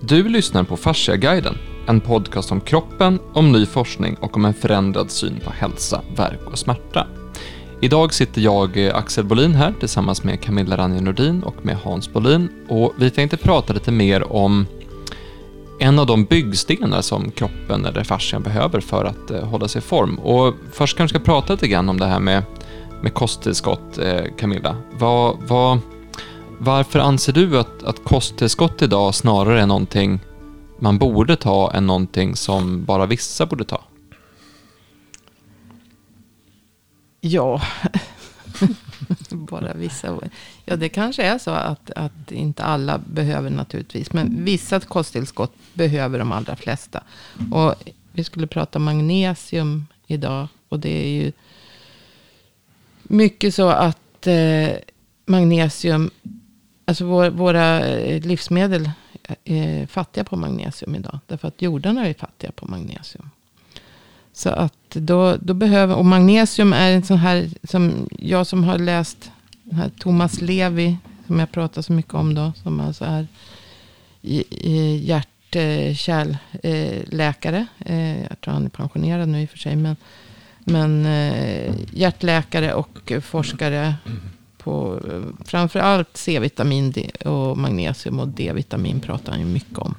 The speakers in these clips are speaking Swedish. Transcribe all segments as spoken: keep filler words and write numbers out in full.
Du lyssnar på Fasciaguiden, en podcast om kroppen, om ny forskning och om en förändrad syn på hälsa, värk och smärta. Idag sitter jag, Axel Bolin, här tillsammans med Camilla Ranje-Nordin och med Hans Bolin, och vi tänkte prata lite mer om en av de byggstenar som kroppen eller fascian behöver för att eh, hålla sig i form. Och först kanske ska prata lite grann om det här med, med kosttillskott, eh, Camilla. Vad, vad, varför anser du att, att kosttillskott idag snarare är någonting man borde ta än någonting som bara vissa borde ta? Ja, bara vissa. Ja, det kanske är så att, att inte alla behöver naturligtvis. Men vissa kosttillskott behöver de allra flesta. Och vi skulle prata magnesium idag. Och det är ju mycket så att eh, magnesium, alltså vår, våra livsmedel är fattiga på magnesium idag. Därför att jordarna är fattiga på magnesium. Så att då, då behöver, och magnesium är en sån här, som jag som har läst den här Thomas Levi, som jag pratar så mycket om då, som alltså är hjärt-kärlläkare. Jag tror han är pensionerad nu i och för sig, men, men hjärtläkare och forskare på framförallt C-vitamin och magnesium och D-vitamin pratar han ju mycket om.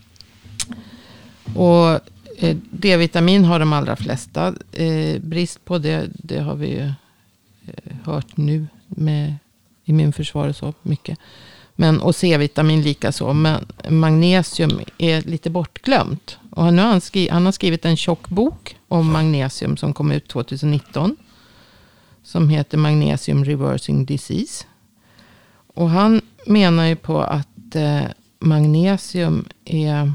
Och D-vitamin har de allra flesta. Eh, brist på det, det har vi ju eh, hört nu med immunförsvaret så mycket. Men, och C-vitamin lika så. Men magnesium är lite bortglömt. Och nu har han, skri- han har skrivit en tjock bok om magnesium som kom ut tjugonitton. Som heter Magnesium Reversing Disease. Och han menar ju på att eh, magnesium är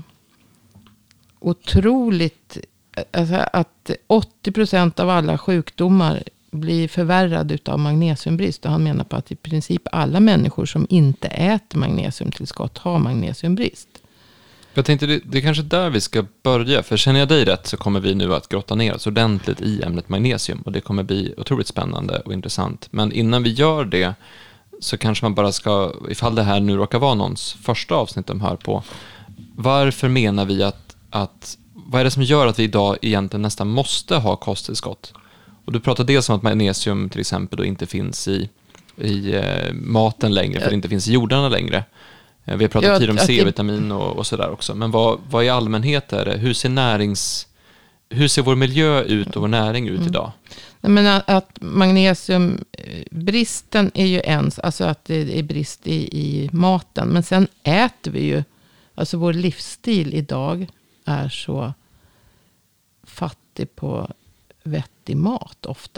otroligt, alltså att åttio procent av alla sjukdomar blir förvärrade utav magnesiumbrist. Och han menar på att i princip alla människor som inte äter magnesiumtillskott har magnesiumbrist. Jag tänkte det, det är kanske där vi ska börja. För känner jag dig rätt så kommer vi nu att grotta ner oss ordentligt i ämnet magnesium. Och det kommer bli otroligt spännande och intressant. Men innan vi gör det så kanske man bara ska, ifall det här nu råkar vara någons första avsnitt de hör på. Varför menar vi att Att, vad är det som gör att vi idag egentligen nästan måste ha kosttillskott? Och du pratar dels om att magnesium till exempel då inte finns i, i eh, maten längre, för det inte finns i jordarna längre. Eh, vi har pratat ja, tidigare om C-vitamin och, och sådär också. Men vad, vad i allmänhet är det? Hur ser närings... Hur ser vår miljö ut och vår näring ut mm. idag? Nej, men att, att magnesiumbristen är ju ens, alltså att det är brist i, i maten. Men sen äter vi ju, alltså vår livsstil idag är så fattig på vettig mat ofta.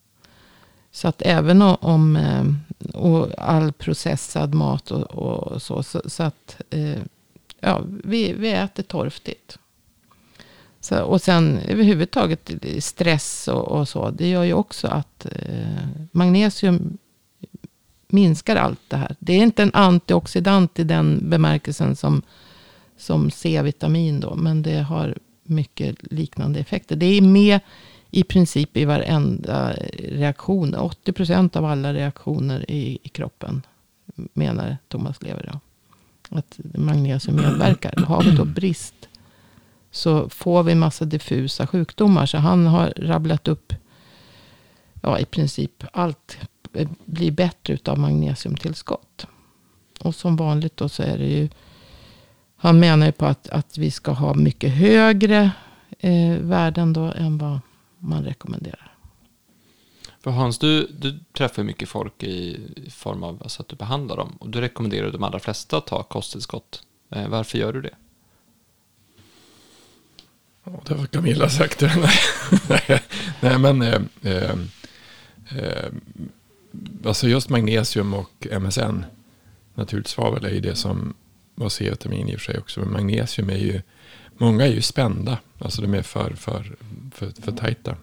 Så att även om och all processad mat och, och så, så, så att ja, vi, vi äter torftigt. Så, och sen överhuvudtaget stress och, och så, det gör ju också att eh, magnesium minskar allt det här. Det är inte en antioxidant i den bemärkelsen som som C-vitamin då, men det har mycket liknande effekter. Det är med i princip i varenda reaktion. åttio procent av alla reaktioner i, i kroppen, menar Thomas Levi då, att magnesium medverkar. Har vi då brist så får vi massa diffusa sjukdomar. Så han har rabblat upp, ja, i princip allt blir bättre utav magnesiumtillskott. Och som vanligt då så är det ju, han menar ju på att, att vi ska ha mycket högre eh, värden då än vad man rekommenderar. För Hans, du, du träffar mycket folk i, i form av alltså att du behandlar dem. Och du rekommenderar de allra flesta att ta kosttillskott. Eh, varför gör du det? Ja, det var Camilla sagt det. Nej, nej men eh, eh, eh, alltså just magnesium och M S N, naturligt svavel, är ju det som och C-vitamin i och för sig också. Men magnesium är ju, många är ju spända. Alltså de är för, för, för, för tajta.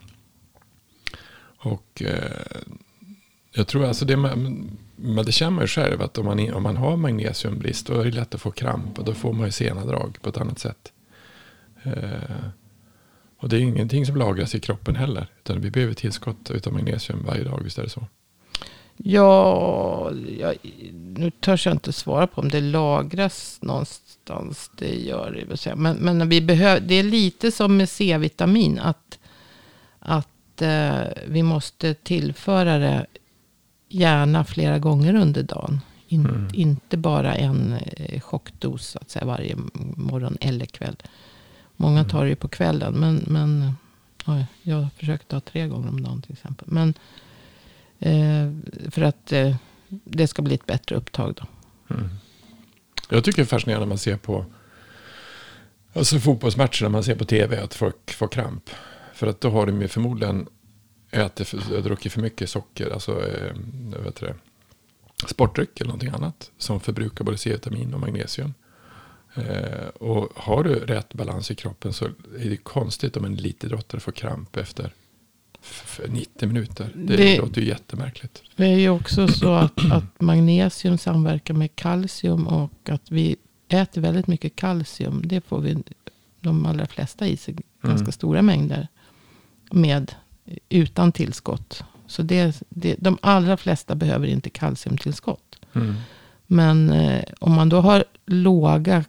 Och eh, jag tror alltså det, man, det känner man ju själv att om man, om man har magnesiumbrist då är det lätt att få kramp och då får man ju senadrag på ett annat sätt. Eh, och det är ingenting som lagras i kroppen heller. Utan vi behöver tillskott utav magnesium varje dag, visst är det så? Ja, jag, nu törs jag inte svara på om det lagras någonstans. Det gör det, vill säga. Men, men vi behöver, det är lite som med C-vitamin. Att, att eh, vi måste tillföra det gärna flera gånger under dagen. In, mm. Inte bara en eh, chockdos så att säga, varje morgon eller kväll. Många tar det ju på kvällen. Men, men oj, jag försöker ta tre gånger om dagen till exempel. Men eh, för att eh, det ska bli ett bättre upptag då. Mm. Jag tycker det är fascinerande när man ser på alltså fotbollsmatcher, när man ser på tv att folk får kramp. För att då har de ju förmodligen ätit för, druckit för mycket socker. Alltså eh, vet det, sportdryck eller någonting annat. Som förbrukar både C-vitamin och magnesium. Eh, och har du rätt balans i kroppen så är det konstigt om en elitidrottare får kramp efter f- nittio minuter. Det, det låter ju jättemärkligt. Det är ju också så att, att magnesium samverkar med kalcium och att vi äter väldigt mycket kalcium. Det får vi de allra flesta i sig ganska mm. stora mängder med utan tillskott. Så det, det, de allra flesta behöver inte kalciumtillskott. Mm. Men eh, om man då har låga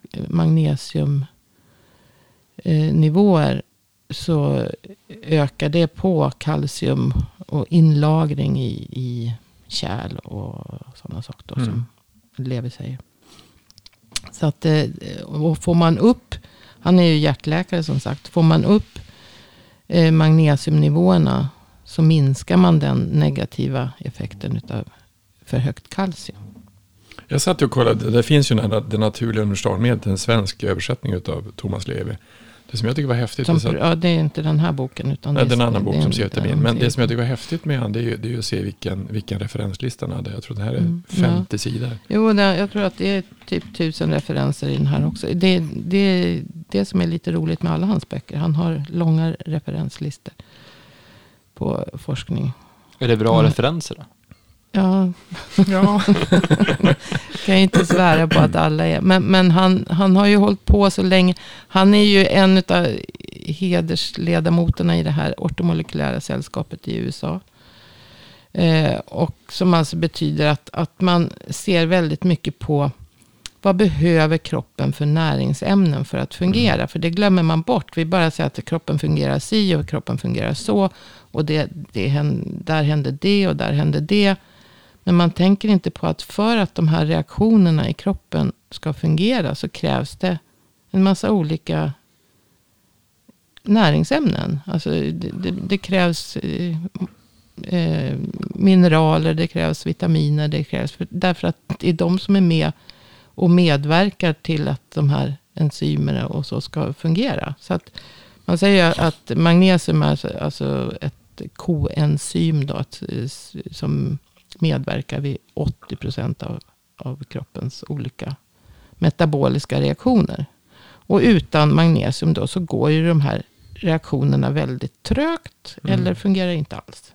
magnesiumnivåer eh, så ökar det på kalcium och inlagring i, i kärl och sådana saker då, mm. som Levi säger. Så att, eh, och får man upp, han är ju hjärtläkare som sagt, får man upp eh, magnesiumnivåerna så minskar man den negativa effekten utav för högt kalcium. Jag satt och kollade, det finns ju det naturliga universalmedlet, en svensk översättning av Thomas Levi. Det som jag tycker var häftigt. Som, är att, ja, det är inte den här boken. Utan nej, det är en annan bok det som C-vitamin. Men det som jag tycker var häftigt med han, det är ju, det är ju att se vilken, vilken referenslista han hade. Jag tror det här är mm, femtio ja. sidor. Jo, det, jag tror att det är typ tusen referenser i den här också. Det är det, det som är lite roligt med alla hans böcker. Han har långa referenslistor på forskning. Är det bra mm. referenser då? Ja, ja. Kan jag inte svära på att alla är. Men, men han, han har ju hållit på så länge. Han är ju en av hedersledamoterna i det här ortomolekylära sällskapet i U S A. Eh, och som alltså betyder att, att man ser väldigt mycket på vad behöver kroppen för näringsämnen för att fungera. Mm. För det glömmer man bort. Vi bara säger att kroppen fungerar si och kroppen fungerar så. Och det, det händer, där händer det och där händer det. Men man tänker inte på att för att de här reaktionerna i kroppen ska fungera så krävs det en massa olika näringsämnen. Alltså det, det, det krävs eh, eh, mineraler, det krävs vitaminer, det krävs för, därför att det är de som är med och medverkar till att de här enzymerna och så ska fungera. Så att man säger att magnesium är alltså ett koenzym då, att, som medverkar vid åttio procent av, av kroppens olika metaboliska reaktioner. Och utan magnesium då så går ju de här reaktionerna väldigt trögt mm. eller fungerar inte alls.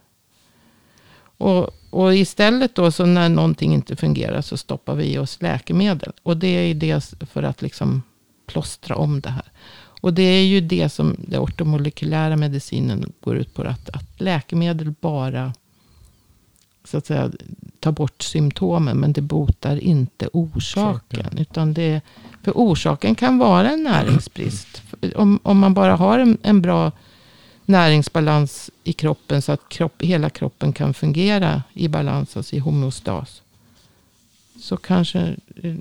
Och, och istället då så när någonting inte fungerar så stoppar vi i oss läkemedel. Och det är det för att liksom plåstra om det här. Och det är ju det som den ortomolekylära medicinen går ut på. Att, att läkemedel bara så att säga tar bort symptomen. Men det botar inte orsaken. Utan det, för orsaken kan vara en näringsbrist. Om, om man bara har en, en bra näringsbalans i kroppen. Så att kropp, hela kroppen kan fungera i balans, alltså i homeostas. Så kanske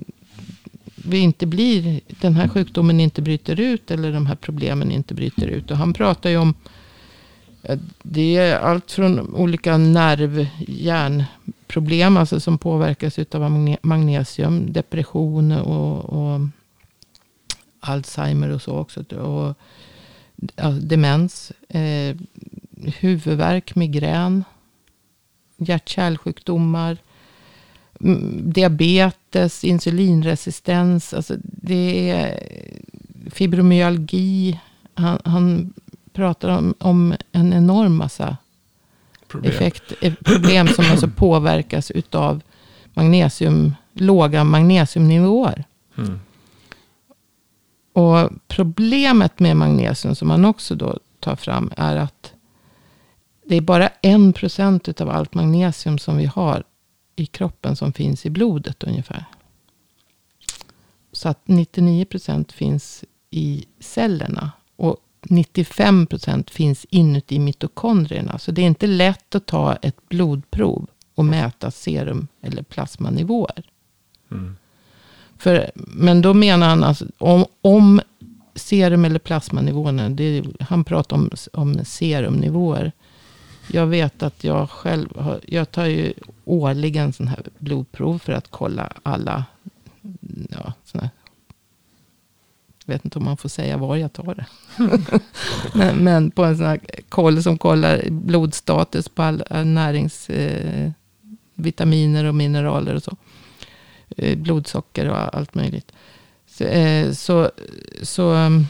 vi inte blir, den här sjukdomen inte bryter ut eller de här problemen inte bryter ut. Och han pratar ju om, det är allt från olika nerv-hjärnproblem alltså som påverkas av magnesium, depression och, och Alzheimer och så också. Och ja, demens, eh, huvudvärk, migrän, hjärt-kärlsjukdomar, diabetes, insulinresistens, alltså det är fibromyalgi. Han, han pratar om, om en enorm massa problem, effekt, problem som alltså påverkas utav magnesium, låga magnesiumnivåer. Mm. Och problemet med magnesium som man också då tar fram är att det är bara en procent utav allt magnesium som vi har i kroppen som finns i blodet ungefär. Så att nittionio procent finns i cellerna. Och nittiofem procent finns inuti mitokondrierna. Så det är inte lätt att ta ett blodprov och mäta serum- eller plasmanivåer. Mm. För, men då menar han alltså, om, om serum- eller plasmanivåerna, det, han pratar om, om serumnivåer. Jag vet att jag själv har, jag tar ju årligen sån här blodprov för att kolla alla, ja, såna här, jag vet inte om man får säga var jag tar det. men, men på en sån här koll som kollar blodstatus på alla närings, eh, vitaminer och mineraler och så. Eh, blodsocker och allt möjligt. Så, eh, så, så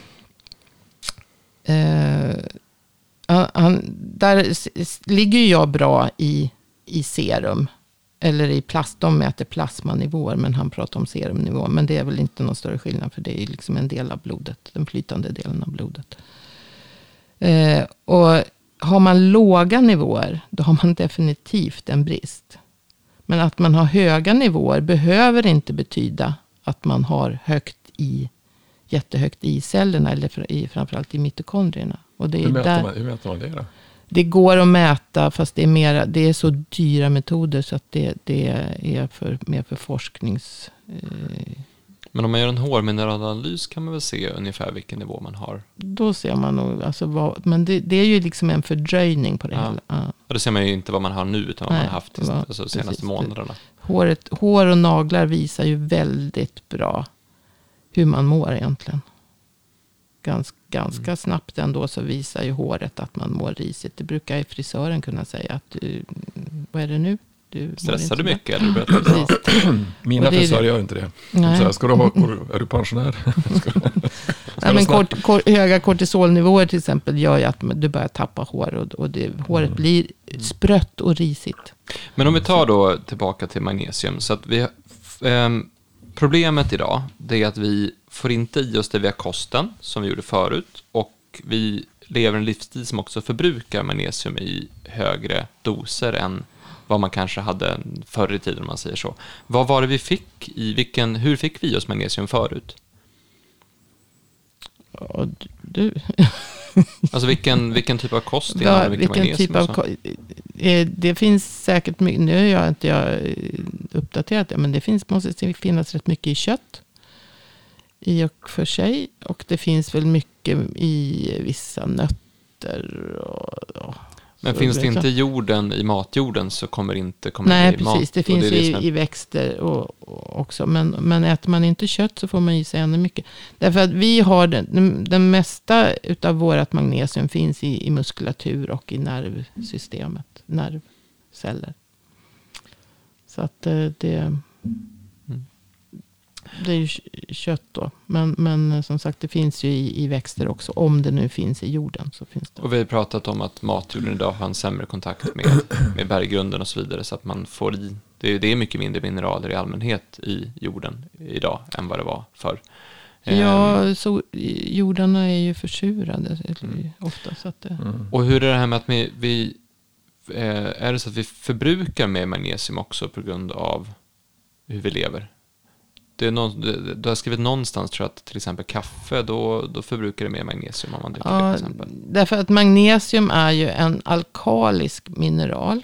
eh, han, där s- ligger ju jag bra i, i serum. Eller i plast, de mäter plasmanivåer, men han pratar om serumnivå. Men det är väl inte någon större skillnad, för det är liksom en del av blodet. Den flytande delen av blodet. Eh, och har man låga nivåer, då har man definitivt en brist. Men att man har höga nivåer behöver inte betyda att man har högt i, jättehögt i cellerna, eller i, framförallt i mitokondrierna. Och det är Hur mäter, där, man, hur mäter man det då? det går att mäta, fast det är, mera, det är så dyra metoder så att det, det är för, mer för forsknings... Eh, Men om man gör en hårmineralanalys kan man väl se ungefär vilken nivå man har. då ser man nog, alltså vad, men det, det är ju liksom en fördröjning på det Ja. hela. Ja. Och det ser man ju inte vad man har nu, utan vad Nej, man har haft de det var- alltså, senaste precis. månaderna. Håret, hår och naglar visar ju väldigt bra hur man mår egentligen. Gans, ganska Mm. snabbt ändå så visar ju håret att man mår risigt. Det brukar ju frisören kunna säga att du, vad är det nu? Du mår Stressar inte du bra. mycket? Eller berättar du? Precis. Mina Och det är frisörer det. gör inte det. Nej. Så här, ska du ha, är du pensionär? Nej, men kort, kort, höga kortisolnivåer till exempel gör ju att du börjar tappa hår. Och, och det, håret Mm. blir sprött och risigt. Men om vi tar då tillbaka till magnesium. Så att vi, ehm, problemet idag, det är att vi får inte i oss det via kosten, som vi gjorde förut. Och vi lever en livsstil som också förbrukar magnesium i högre doser än vad man kanske hade förr i tiden, om man säger så. Vad var det vi fick i, vilken, hur fick vi i oss magnesium förut? Ja, du... Alltså vilken, vilken typ av kost innehåller Ja, mycket vilken magnesium? typ av, och så? ko- eh, det finns säkert mycket, nu har jag inte jag eh, uppdaterat det, men det finns, måste finnas rätt mycket i kött i och för sig, och det finns väl mycket i vissa nötter och, och Men så finns det vet inte jag. jorden i matjorden så kommer det inte komma Nej, in i mat. precis, det Och finns är det i, som är- i växter och, och också, men, men äter man inte kött så får man i sig ännu mycket. Därför att vi har den, den, den mesta utav vårat magnesium finns i, i muskulatur och i nervsystemet, nervceller. Så att eh, det, det är ju k- kött då. Men, men eh, som sagt, det finns ju i, i växter också. Om det nu finns i jorden så finns det. Och vi har pratat om att matjorden idag har en sämre kontakt med, med berggrunden och så vidare, så att man får i, det, är- det är mycket mindre mineraler i allmänhet i jorden idag än vad det var förr. Ehm, Ja, så jordarna är ju försurade Mm. ofta. Så att det, Mm. Och hur är det här med att vi, vi eh, är det så att vi förbrukar mer magnesium också på grund av hur vi lever? Det är någon, det, du har skrivit någonstans, tror jag, att till exempel kaffe, då, då förbrukar det mer magnesium om man dricker det, ja, till exempel. därför att magnesium är ju en alkalisk mineral.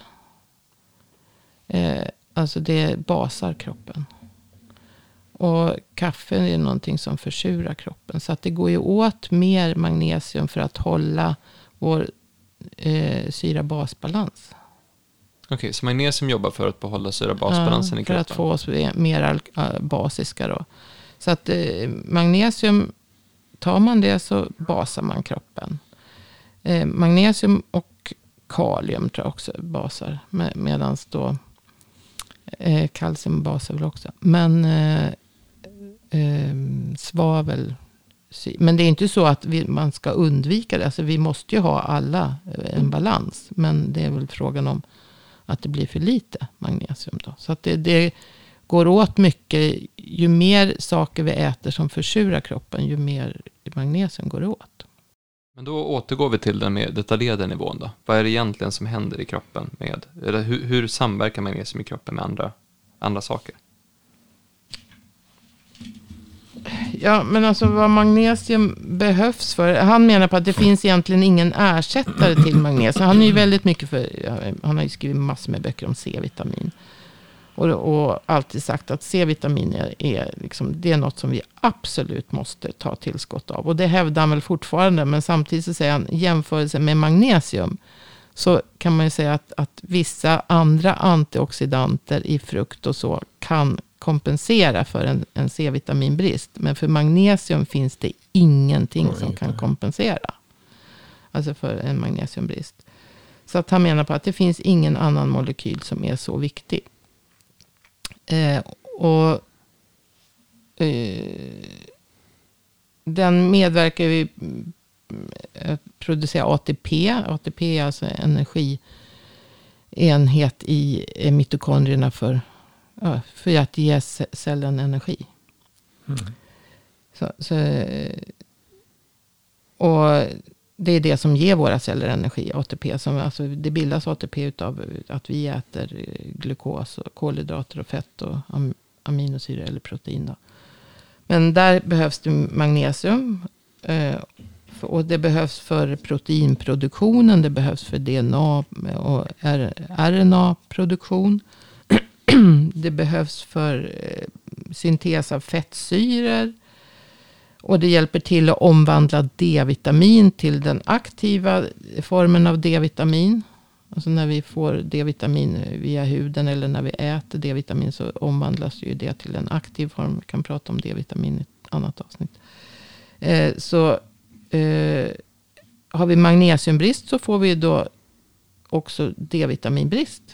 Eh, alltså det basar kroppen. Och kaffe är någonting som försurar kroppen. Så att det går ju åt mer magnesium för att hålla vår eh, syra-basbalans. Okej, så magnesium jobbar för att behålla syra-basbalansen i för kroppen? att få oss mer al- äh, basiska då. Så att eh, magnesium, tar man det så basar man kroppen. Eh, magnesium och kalium tror jag också basar. Med, medans då eh, kalcium basar väl också. Men eh, eh, svavel. sy- Men det är inte så att vi, man ska undvika det. Alltså vi måste ju ha alla eh, en balans. Men det är väl frågan om att det blir för lite magnesium då. Så att det, det går åt mycket. Ju mer saker vi äter som försurar kroppen, ju mer magnesium går det åt. Men då återgår vi till den mer detaljerade nivån då. Vad är det egentligen som händer i kroppen med, eller hur, hur samverkar magnesium i kroppen med andra, andra saker? Ja, men alltså vad magnesium behövs för. Han menar på att det finns egentligen ingen ersättare till magnesium. Han är ju väldigt mycket för, han har ju skrivit massor med böcker om C-vitamin. Och, och alltid sagt att C-vitamin är, är, liksom, det är något som vi absolut måste ta tillskott av. Och det hävdar han väl fortfarande. Men samtidigt så säger han, i jämförelse med magnesium så kan man ju säga att, att vissa andra antioxidanter i frukt och så kan kompensera för en, en C-vitaminbrist. Men för magnesium finns det ingenting oh, som inte. kan kompensera. Alltså för en magnesiumbrist. Så att han menar på att det finns ingen annan molekyl som är så viktig. Eh, och eh, den medverkar vid att producera A T P. A T P är alltså energienhet i mitokondrierna för, ja, för att ge cellen energi. Mm. Så, så, och det är det som ger våra celler energi, A T P. Som, alltså, det bildas A T P utav att vi äter glukos, och kolhydrater och fett och am- aminosyra eller protein. Då. Men där behövs det magnesium. Eh, för, och det behövs för proteinproduktionen. Det behövs för D N A och R N A-produktion. Det behövs för eh, syntes av fettsyror. Och det hjälper till att omvandla D-vitamin till den aktiva formen av D-vitamin. Alltså när vi får D-vitamin via huden eller när vi äter D-vitamin så omvandlas ju det till en aktiv form. Vi kan prata om D-vitamin i ett annat avsnitt. Eh, så eh, har vi magnesiumbrist så får vi då också D-vitaminbrist.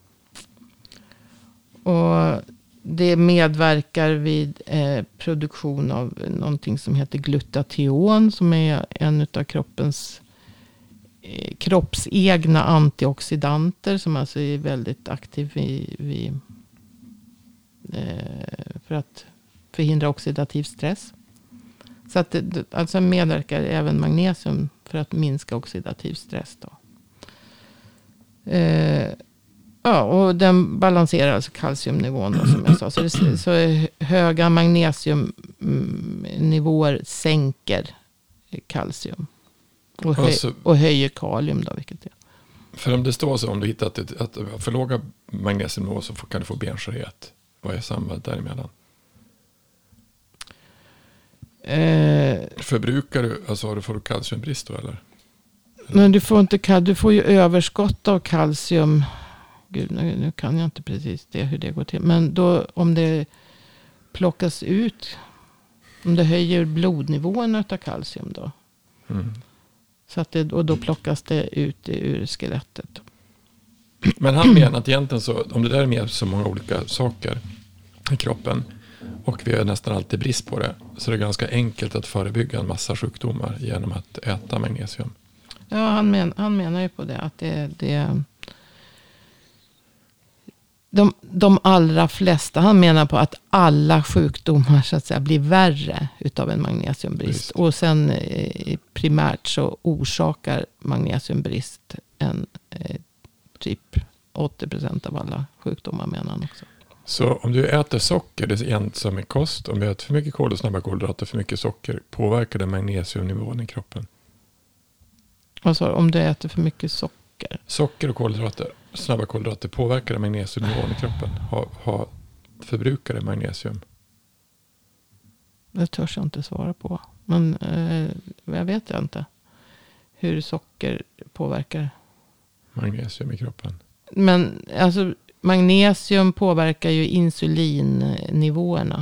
Och det medverkar vid eh, produktion av någonting som heter glutation. Som är en av kroppens eh, kroppsegna antioxidanter. Som alltså är väldigt aktiv vid, vid, eh, för att förhindra oxidativ stress. Så att det, alltså medverkar även magnesium för att minska oxidativ stress då. Eh, Ja, och den balanserar alltså kalciumnivån då, som jag sa. Så, det, så höga magnesiumnivåer sänker kalcium. Och, höj, alltså, och höjer kalium då, vilket är. För om det står så, om du hittat ett, att för låga magnesiumnivåer så kan du få benskörhet. Vad är sambandet däremellan? Eh, Förbrukar du, alltså får du kalciumbrist då eller? eller? Men du får inte, du får ju överskott av kalcium. Gud, nu, nu kan jag inte precis det, hur det går till. Men då om det plockas ut, om det höjer blodnivån av kalcium då. Mm. Så att det, och då plockas det ut ur skelettet. Men han menar att egentligen så, om det där är med så många olika saker i kroppen och vi har nästan alltid brist på det, så är det ganska enkelt att förebygga en massa sjukdomar genom att äta magnesium. Ja, han, men, han menar ju på det, att det, det De, de allra flesta, han menar på att alla sjukdomar så att säga blir värre utav en magnesiumbrist. Just. Och sen eh, primärt så orsakar magnesiumbrist en eh, typ åttio procent av alla sjukdomar, menar han också. Så om du äter socker, det är en som är kost, om du äter för mycket kol och snabba kolhydrater, för mycket socker, påverkar det magnesiumnivån i kroppen? Alltså om du äter för mycket socker? Socker och kolhydrater. Snabba kolhydrater påverkar magnesiumnivån i kroppen. Ha, ha, förbrukar det magnesium? Det törs jag inte svara på. Men eh, jag vet jag inte. Hur socker påverkar magnesium i kroppen. Men alltså magnesium påverkar ju insulinnivåerna.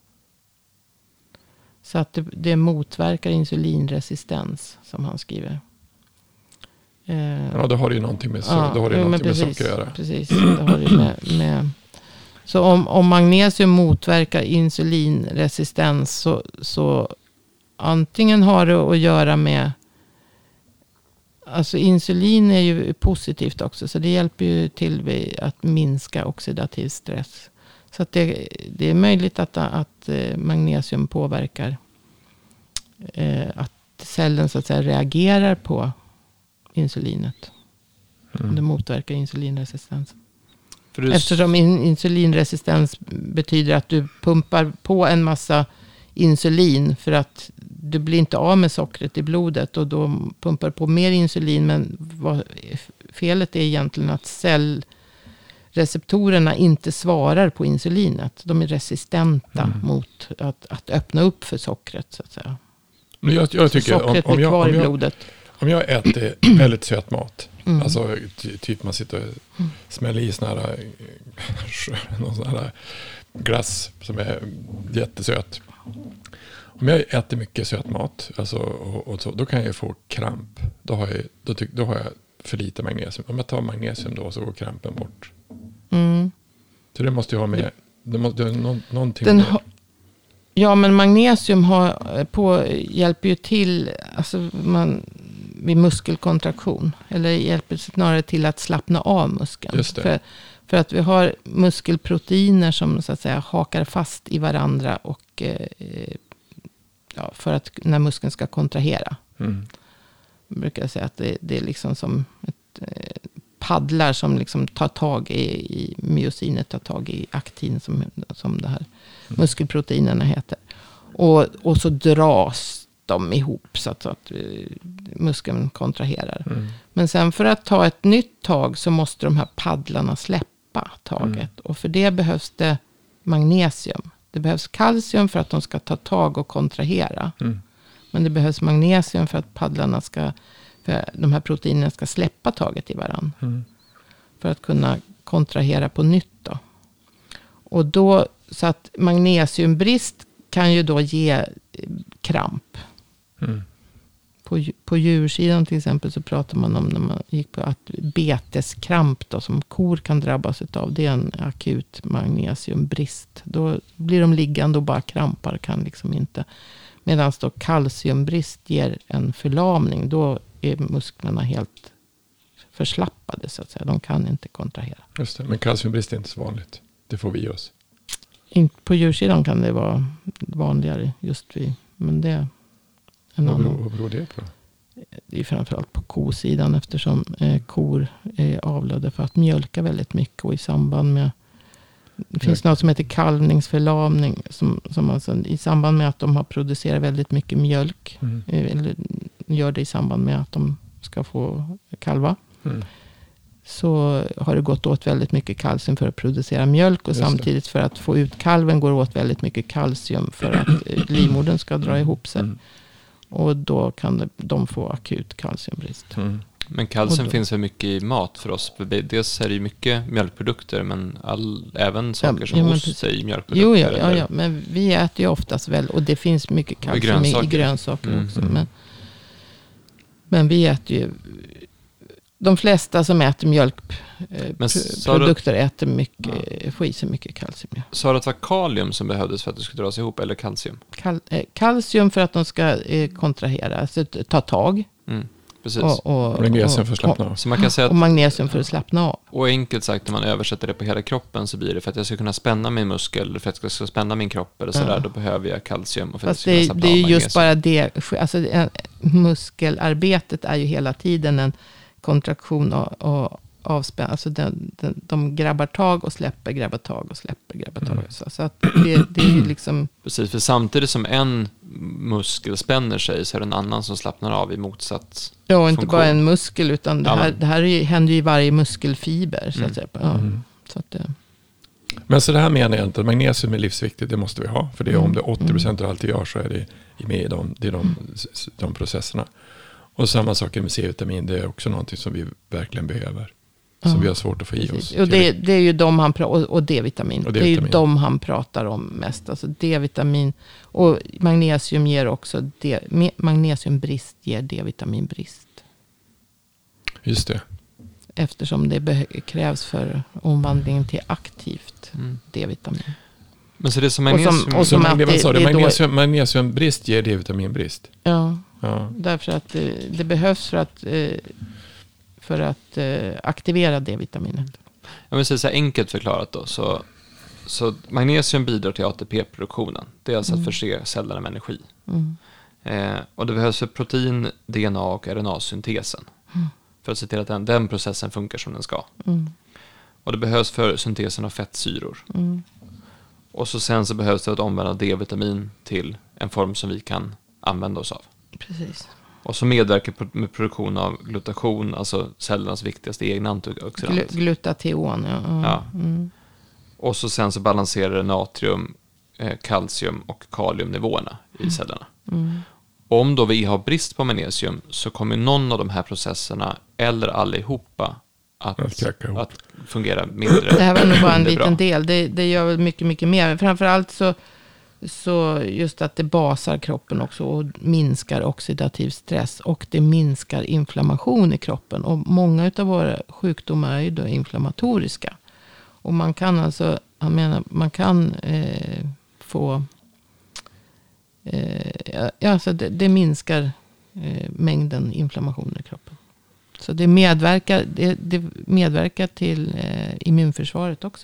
Så att det, det motverkar insulinresistens, som han skriver. Ja, då har det ju någonting med, so- ja, då har det jo, någonting precis, med socker att göra. Precis, det har det med, med. Så om, om magnesium motverkar insulinresistens så, så antingen har det att göra med, alltså insulin är ju positivt också, så det hjälper ju till att minska oxidativ stress. Så att det, det är möjligt att, att magnesium påverkar eh, att cellen så att säga reagerar på insulinet. Mm. Det motverkar insulinresistens. För du... Eftersom in, insulinresistens betyder att du pumpar på en massa insulin för att du blir inte av med sockret i blodet och då pumpar du på mer insulin, men vad, felet är egentligen att cellreceptorerna inte svarar på insulinet. De är resistenta mm. mot att, att öppna upp för sockret så att säga. Men jag, jag tycker, sockret om, om blir jag, kvar om i jag, blodet. Om jag äter väldigt söt mat, Mm. alltså ty, typ man sitter och Mm. smäller i sån här, någon sån här glass som är jättesöt. Om jag äter mycket söt mat, alltså, och, och så, då kan jag få kramp. Då har jag, då tyck, då har jag för lite magnesium. Om jag tar magnesium då så går krampen bort. Mm. Så det måste jag ha med. Det måste, det någon, någonting Den med. ha, ja, men magnesium har, på, hjälper ju till alltså man, vid muskelkontraktion. Eller hjälper snarare till att slappna av muskeln. Just det. För, för att vi har muskelproteiner som så att säga hakar fast i varandra och eh, ja, för att när muskeln ska kontrahera. Mm. Jag brukar säga att det, det är liksom som ett eh, paddlar som liksom tar tag i, i myosinet, tar tag i aktin som, som det här mm. muskelproteinerna heter. Och, och så dras de ihop så att, så att uh, muskeln kontraherar. Mm. Men sen för att ta ett nytt tag så måste de här paddlarna släppa taget. Mm. Och för det behövs det magnesium. Det behövs kalcium för att de ska ta tag och kontrahera. Mm. Men det behövs magnesium för att paddlarna ska, för de här proteinerna ska släppa taget i varann. Mm. För att kunna kontrahera på nytt då. Och då, så att magnesiumbrist kan ju då ge kramp. Mm. På, på djursidan till exempel så pratar man om när man gick på att beteskramp då, som kor kan drabbas av. Det är en akut magnesiumbrist. Då blir de liggande och bara krampar, kan liksom inte. Medan då kalciumbrist ger en förlamning. Då är musklerna helt förslappade så att säga. De kan inte kontrahera. Just det, men kalciumbrist är inte så vanligt. Det får vi oss. På djursidan kan det vara vanligare just vid. Men det är en vad, beror, annan. vad beror det på? Det är framförallt på kosidan eftersom eh, kor är avlade för att mjölka väldigt mycket. Och i samband med, det finns ja. något som heter kalvningsförlamning. Som, som alltså, i samband med att de har producerat väldigt mycket mjölk. Mm. Eh, eller gör det i samband med att de ska få kalva. Mm. Så har det gått åt väldigt mycket kalcium för att producera mjölk. Och samtidigt för att få ut kalven går åt väldigt mycket kalcium för att livmodern ska dra ihop sig. Mm. Och då kan det, de få akut kalciumbrist. Mm. Men kalcium finns för mycket i mat för oss. Dels är det ju mycket mjölkprodukter, men all, även saker ja, som ja, ost är mjölkprodukter. Jo, ja, ja, ja, men vi äter ju oftast väl, och det finns mycket kalcium i, i grönsaker mm. också. Men, men vi äter ju, de flesta som äter mjölkprodukter äter mycket, ja. får i sig mycket kalcium. Ja. Sa du att det var kalium som behövdes för att det skulle dras ihop, eller kalcium? Kal, eh, kalcium för att de ska eh, kontrahera, alltså ta tag. Mm, precis. Och, och, magnesium för att slappna av. Så man kan säga att, och magnesium för att slappna av. Och enkelt sagt, när man översätter det på hela kroppen så blir det för att jag ska kunna spänna min muskel, för att jag ska spänna min kropp eller sådär, ja. Då behöver jag kalcium. Och för Fast att jag ska det, kunna det är ju magnesium. just bara det, alltså muskelarbetet är ju hela tiden en kontraktion och, och avspänning. Alltså den, den, de grabbar tag och släpper, grabbar tag och släpper, grabbar tag. Mm. Så, så att det, det är ju liksom... Precis, för samtidigt som en muskel spänner sig så är det en annan som slappnar av i motsatt Ja, inte funktion. bara en muskel, utan det här, ja, det här är ju, händer ju i varje muskelfiber. Så mm. att säga. Ja, mm. så att det... Men så det här menar jag inte, magnesium är livsviktigt, det måste vi ha. För det är, mm. om det är åttio procent av allt vi gör så är det med i de, det är de, de processerna. Och samma sak med C-vitamin, det är också någonting som vi verkligen behöver. Som ja. vi har svårt att få i oss. Och det, det är ju de han pratar och, och D-vitamin. Och det är ju de han pratar om mest. Alltså D-vitamin och magnesium ger också D, magnesiumbrist ger D-vitaminbrist. Just det. Eftersom det be- krävs för omvandlingen till aktivt mm. D-vitamin. Men så det är som magnesium... Och som, och som så att det, det, det magnesium, då, magnesiumbrist ger D-vitaminbrist? Ja, ja. Därför att det, det behövs för att... Eh, för att eh, aktivera D-vitaminet. Jag vill säga så här enkelt förklarat då. Så, så magnesium bidrar till A T P-produktionen. Det är alltså mm. att förse cellerna med energi. Mm. Eh, och det behövs för protein, D N A och R N A-syntesen. Mm. För att se till att den, den processen funkar som den ska. Mm. Och det behövs för syntesen av fettsyror. Mm. Och så sen så behövs det att omvandla D-vitamin till en form som vi kan använda oss av. Precis. Och så medverkar med produktion av glutation, alltså cellernas viktigaste egna antioxidant. Gl- glutation, ja. Mm. ja. Mm. Och så sen så balanserar det natrium, eh, kalcium och kaliumnivåerna i mm. cellerna. Mm. Om då vi har brist på magnesium så kommer någon av de här processerna eller allihopa att, att fungera mindre. Det här var nog bara en liten del. Det, det gör väl mycket, mycket mer. Framförallt så, så just att det basar kroppen också och minskar oxidativ stress och det minskar inflammation i kroppen. Och många av våra sjukdomar är ju då inflammatoriska. Och man kan alltså, jag menar, man kan eh, få, eh, ja, alltså det, det minskar eh, mängden inflammation i kroppen. Så det medverkar, det, det medverkar till eh, immunförsvaret också.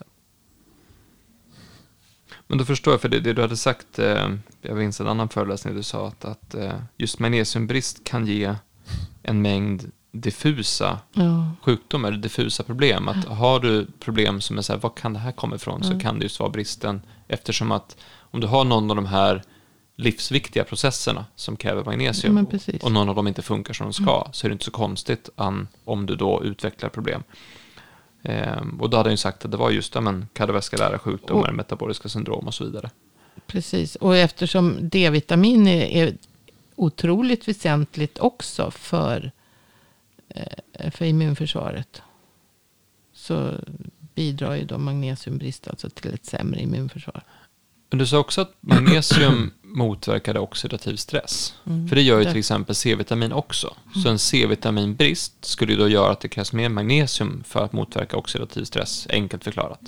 Men då förstår jag, för det, det du hade sagt, eh, jag minns en annan föreläsning, du sa att, att eh, just magnesiumbrist kan ge en mängd diffusa ja. sjukdomar, diffusa problem. Att har du problem som är så här, vad kan det här komma ifrån? Ja. Så kan det just vara bristen, eftersom att om du har någon av de här livsviktiga processerna som kräver magnesium ja, och någon av dem inte funkar som de ska, mm. så är det inte så konstigt an, om du då utvecklar problem. Ehm, och då hade jag ju sagt att det var just det, men kardiovaskulära sjukdomar, och, metaboliska syndrom och så vidare. Precis, och eftersom D-vitamin är, är otroligt väsentligt också för, eh, för immunförsvaret, så bidrar ju då magnesiumbrist alltså till ett sämre immunförsvar. Men du sa också att magnesium motverkar oxidativ stress. Mm, för det gör ju till exempel C-vitamin också. Mm. Så en C-vitaminbrist skulle ju då göra att det krävs mer magnesium för att motverka oxidativ stress, enkelt förklarat.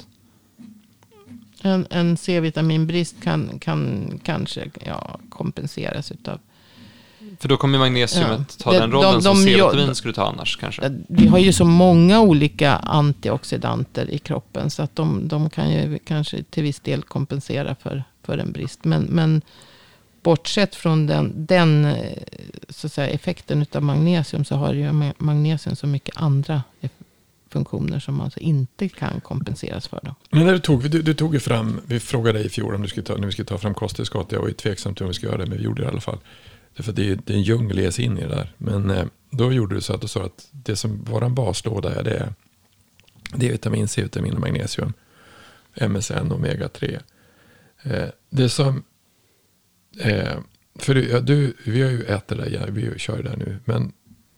En, en C-vitaminbrist kan, kan kanske ja, kompenseras utav... För då kommer magnesiumet ja. ta det, den rollen de, de, som C-vitamin skulle ta annars kanske. Vi har ju så många olika antioxidanter i kroppen så att de, de kan ju kanske till viss del kompensera för, för en brist. Men, men bortsett från den, den så att säga, effekten utav magnesium så har ju magnesium så mycket andra funktioner som alltså inte kan kompenseras för. Då. Men när du tog, du, du tog ju fram, vi frågade dig i fjol om du skulle ta, när vi skulle ta fram kosttillskott. Jag var ju tveksam till om vi skulle göra det, men vi gjorde det i alla fall. För det är, det är en djungel att in i det där. Men eh, då gjorde du så att du sa att det som våran baslåda är, det är D-vitamin, C-vitamin och magnesium. M S N, omega tre. Eh, det som... Eh, för du, ja, du, vi har ju ätit det, ja, vi kör det där nu. Men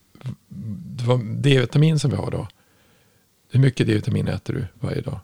D-vitamin som vi har då. Hur mycket D-vitamin äter du varje dag?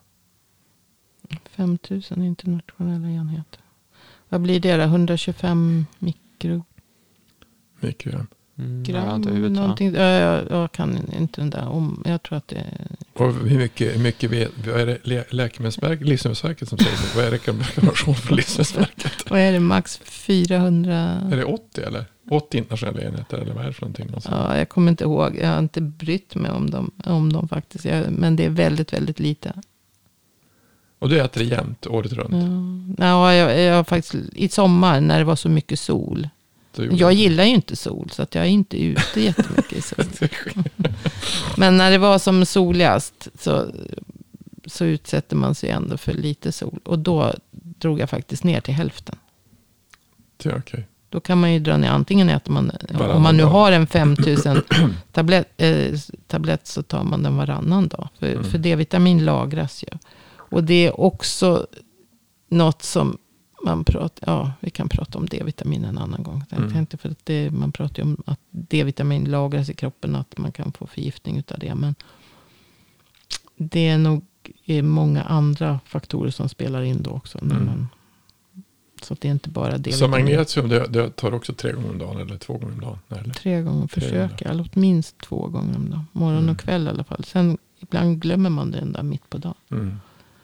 fem tusen internationella enheter. Vad blir det då? hundratjugofem mikro... Mikrogram. Mm, gram, jag, huvudet, någonting. Jag, jag, jag kan inte den där om. Jag tror att det är... Och hur mycket, hur mycket vet, vad är det lä, Läkemedelsverket, Livsmedelsverket som säger det? Vad är rekommendation från Livsmedelsverket? Vad är det? Max fyrahundra? Är det åttio eller? åttio internationella enheter eller vad är det för någonting? Ja, jag kommer inte ihåg. Jag har inte brytt mig om dem, om dem faktiskt. Jag, men det är väldigt, väldigt lite. Och du äter det jämt, året runt? Ja, ja jag, jag faktiskt i sommar när det var så mycket sol. Jag gillar ju inte sol så att jag är inte ute jättemycket i sol. Men när det var som soligast så, så utsätter man sig ändå för lite sol. Och då drog jag faktiskt ner till hälften. Ja, okay. Då kan man ju dra ner, antingen äter man, varannan om man nu dag. Har en femtusen tablett, eh, tablett så tar man den varannan dag. För, mm. för D-vitamin lagras ju. Och det är också något som man pratar, ja, vi kan prata om D-vitamin en annan gång. Jag mm. tänkte för att det, man pratar ju om att D-vitamin lagras i kroppen, att man kan få förgiftning utav det. Men det är nog är många andra faktorer som spelar in då också. När mm. man, så att det är inte bara D-vitamin. Så magnesium, det, det tar också tre gånger om dagen eller två gånger om dagen? Eller? Tre gånger, försöker. Eller minst två gånger om dagen. Morgon mm. och kväll i alla fall. Sen ibland glömmer man det där mitt på dagen. Mm.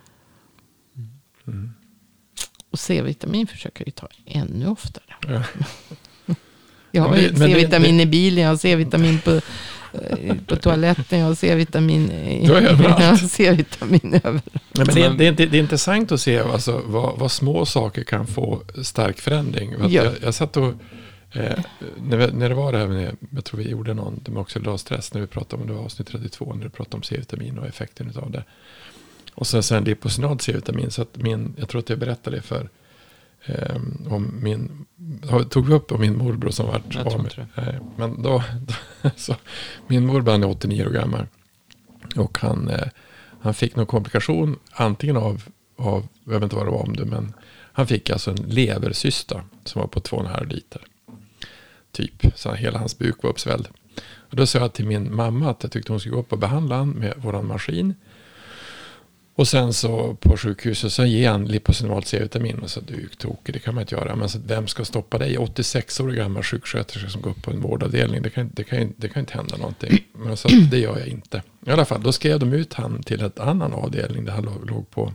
Mm. Och C-vitamin försöker jag ta ännu oftare. Ja. Jag har ju C-vitamin det, i bilen, jag har C-vitamin på, på toaletten, jag har C-vitamin i, jag har C-vitamin överallt. Men det, det, är, det är intressant att se alltså, vad, vad små saker kan få stark förändring. Ja. Jag, jag satt och Eh, när, vi, när det var det här med, jag tror vi gjorde någon, det var också lösstress när vi pratade om, det var avsnitt trettiotvå, när vi pratade om C-vitamin och effekten utav det. Och sen, sen liposynat C-vitamin, så att min, jag tror att jag berättade det för eh, om min, tog vi upp om min morbror som var av med, eh, men då, då så, min morbror är åttionio år gammal och han, eh, han fick någon komplikation antingen av, av, jag vet inte vad det var om det, men han fick alltså en levercysta som var på två och en halv liter. Typ, så hela hans buk var uppsvälld. Och då sa jag till min mamma att jag tyckte hon skulle gå upp och behandla han med våran maskin. Och sen så på sjukhuset så ger han liposynalt C-vitamin. Och så du är tokig, det kan man inte göra. Men så, vem ska stoppa dig? åttiosex år gammal sjuksköterska som går upp på en vårdavdelning. Det kan, det kan, det kan inte hända någonting. Men så, det gör jag inte. I alla fall, då skrev de ut han till ett annan avdelning där han låg, låg på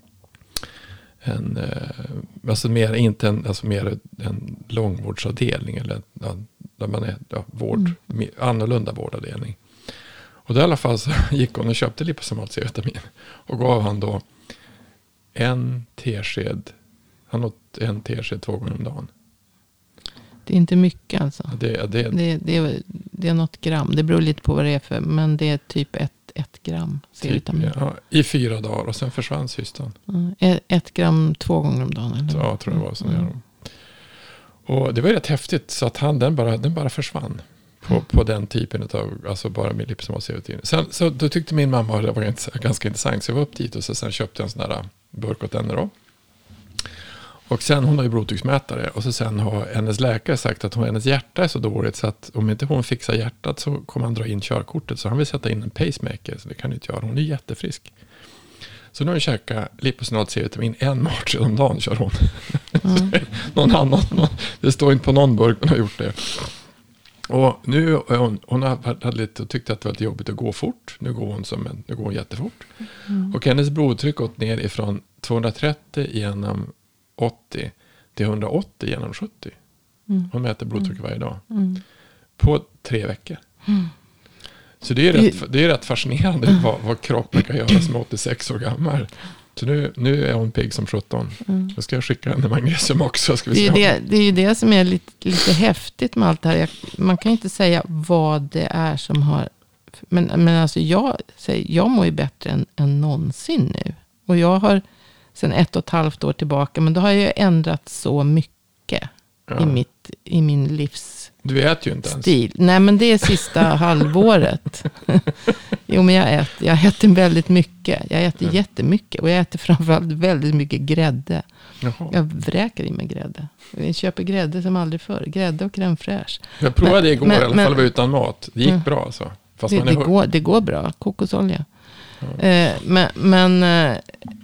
en, eh, alltså mer, inte en, alltså mer en långvårdsavdelning eller ja, där man är ja, vård, mm. annorlunda vårdavdelning. Och då i alla fall så gick hon och köpte liposynalt C-vitamin och gav han då en tesked, han åt en tesked två gånger om dagen. Det är inte mycket alltså. Det, det, det, det, är, det är något gram, det beror lite på vad det är för, men det är typ ett ett gram C-vitamin. Typ, ja, i fyra dagar och sen försvann cystan. Mm, ett gram två gånger om dagen. Eller? Så, ja, tror jag det var så. Mm. Och det var rätt häftigt så att han, den, bara, den bara försvann på, mm. på den typen av, alltså bara med liposynalt C-vitamin. Sen så då tyckte min mamma att det var ganska intressant så jag var upp dit och så sen köpte jag en sån där burk åt henne då. Och sen hon har ju blodtrycksmätare och så sen har hennes läkare sagt att hon, hennes hjärta är så dåligt så att om inte hon fixar hjärtat så kommer han dra in körkortet. Så han vill sätta in en pacemaker, så det kan inte göra. Hon är jättefrisk. Så nu har hon käkat liposynalt C-vitamin en match om dagen kör hon. Mm. någon annan, någon, det står inte på någon burk men har gjort det. Och nu hon, hon hade lite och tyckte att det var lite jobbigt att gå fort. Nu går hon som en, nu går hon jättefort. Mm. Och hennes blodtryck gått ner ifrån tvåhundratrettio genom åttio till hundraåttio genom sjuttio. Mm. Hon mäter blodtryck varje dag. Mm. På tre veckor. Mm. Så det är rätt, det är rätt fascinerande mm. vad, vad kroppen kan göra som åttiosex år gammal. Så nu, nu är hon pigg som sjutton. Mm. Då ska jag skicka henne magnesium också. Ska vi det, är det, det är ju det som är lite, lite häftigt med allt det här. Jag, man kan inte säga vad det är som har... Men, men alltså jag, jag mår ju bättre än, än någonsin nu. Och jag har... Sen ett och ett halvt år tillbaka. Men då har jag ändrat så mycket ja. i, mitt, i min livsstil. Du äter ju inte ens. Nej, men det är sista halvåret. Jo, men jag äter, jag äter väldigt mycket. Jag äter ja. jättemycket. Och jag äter framförallt väldigt mycket grädde. Jaha. Jag vräker i mig grädde. Jag köper grädde som aldrig förr. Grädde och crème fraîche. Jag provade men, det igår men, i alla fall men, utan mat. Det gick mm. bra alltså. Fast det, man är det, går, det går bra. Kokosolja. Ja. Eh, men... men eh,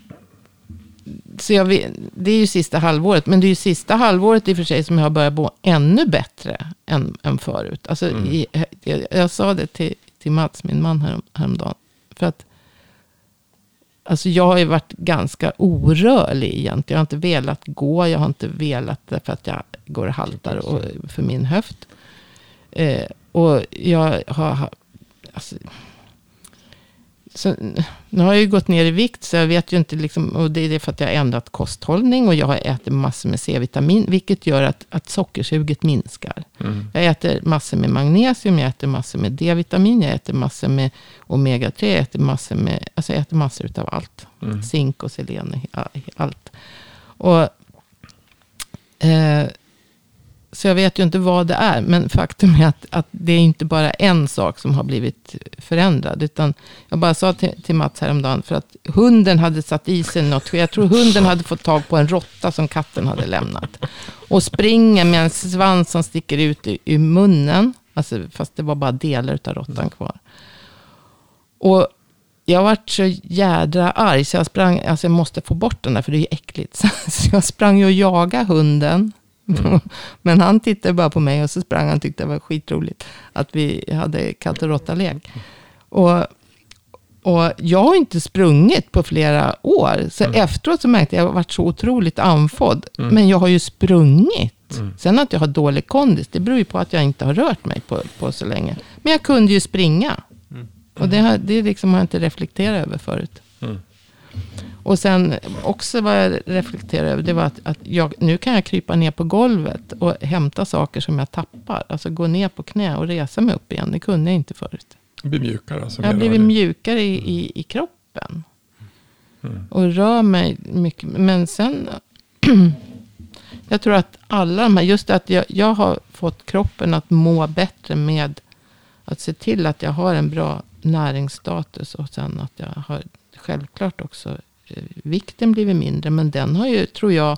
så jag vet, det är ju sista halvåret. Men det är ju sista halvåret i och för sig som jag har börjat må ännu bättre än, än förut. Alltså, mm. i, jag, jag sa det till, till Mats, min man här, häromdagen. För att alltså jag har ju varit ganska orörlig egentligen. Jag har inte velat gå. Jag har inte velat därför att jag går och haltar och, för min höft. Eh, och jag har... Alltså, så, nu har jag ju gått ner i vikt så jag vet ju inte liksom, och det är för att jag har ändrat kosthållning och jag har ätit massor med C-vitamin vilket gör att, att sockersuget minskar. Mm. Jag äter massor med magnesium, jag äter massor med D-vitamin, jag äter massor med omega tre, jag äter massor med, alltså jag äter massor utav allt. Mm. Zink och selen, allt. Och eh, så jag vet ju inte vad det är. Men faktum är att, att det är inte bara en sak som har blivit förändrad. Utan jag bara sa till, till Mats häromdagen. För att hunden hade satt i sig något. Jag tror hunden hade fått tag på en råtta som katten hade lämnat. Och springer med en svans som sticker ut i, i munnen. Alltså, fast det var bara delar av råttan kvar. Och jag varit så jädra arg. Så jag sprang, alltså jag måste få bort den där för det är ju äckligt. Så jag sprang ju och jagade hunden. Mm. Men han tittade bara på mig och så sprang han och tyckte det var skitroligt att vi hade katt- och råttalek. Och, och jag har inte sprungit på flera år. Så mm. efteråt så märkte jag att jag varit så otroligt andfådd. Mm. Men jag har ju sprungit. Mm. Sen att jag har dålig kondis, det beror ju på att jag inte har rört mig på, på så länge. Men jag kunde ju springa. Mm. Och det, har, det liksom har jag inte reflekterat över förut. Mm. Och sen också vad jag reflekterar över, det var att, att jag, nu kan jag krypa ner på golvet och hämta saker som jag tappar. Alltså gå ner på knä och resa mig upp igen. Det kunde jag inte förut. Blir mjukare alltså? Jag har blivit mjukare i, i, i kroppen. Mm. Och rör mig mycket. Men sen, jag tror att alla de här, just att jag, jag har fått kroppen att må bättre med att se till att jag har en bra näringsstatus. Och sen att jag har självklart också vikten blivit mindre. Men den har ju, tror jag,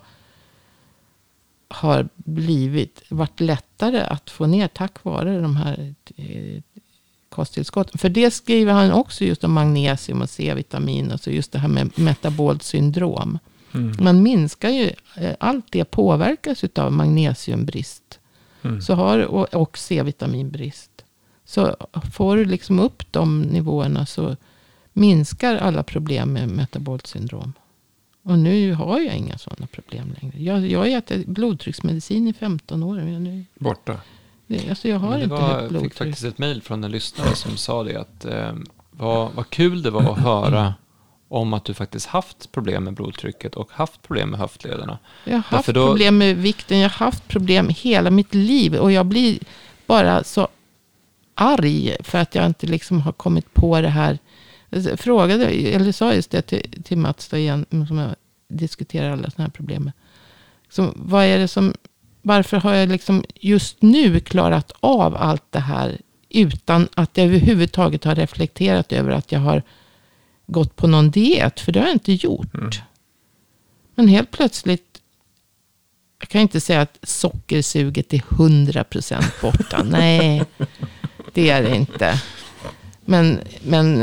har blivit, varit lättare att få ner tack vare de här eh, kosttillskotten. För det skriver han också just om magnesium och C-vitamin. Och så just det här med metabolt syndrom. Mm. Man minskar ju, eh, allt det påverkas av magnesiumbrist. Mm. Så har, och, och C-vitaminbrist. Så får du liksom upp de nivåerna så minskar alla problem med metabolt syndrom. Och nu har jag inga sådana problem längre. Jag, jag har ätit blodtrycksmedicin i femton år. Men nu, Borta. Det, alltså jag har det inte var, högt blodtryck. Jag fick faktiskt ett mejl från en lyssnare som sa det. Att eh, vad, vad kul det var att höra om att du faktiskt haft problem med blodtrycket och haft problem med höftlederna. Jag har haft då, problem med vikten. Jag har haft problem hela mitt liv. Och jag blir bara så arg för att jag inte liksom har kommit på det här. Jag frågade, eller sa just det till, till Mats då igen, som jag diskuterar alla sådana här problem. Så vad är det som, varför har jag liksom just nu klarat av allt det här utan att jag överhuvudtaget har reflekterat över att jag har gått på någon diet? För det har jag inte gjort. Mm. Men helt plötsligt, jag kan inte säga att sockersuget är hundra procent borta. Nej, det är det inte. Men, men,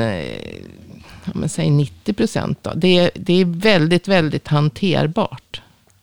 men säg nittio procent då. Det är, det är väldigt, väldigt hanterbart.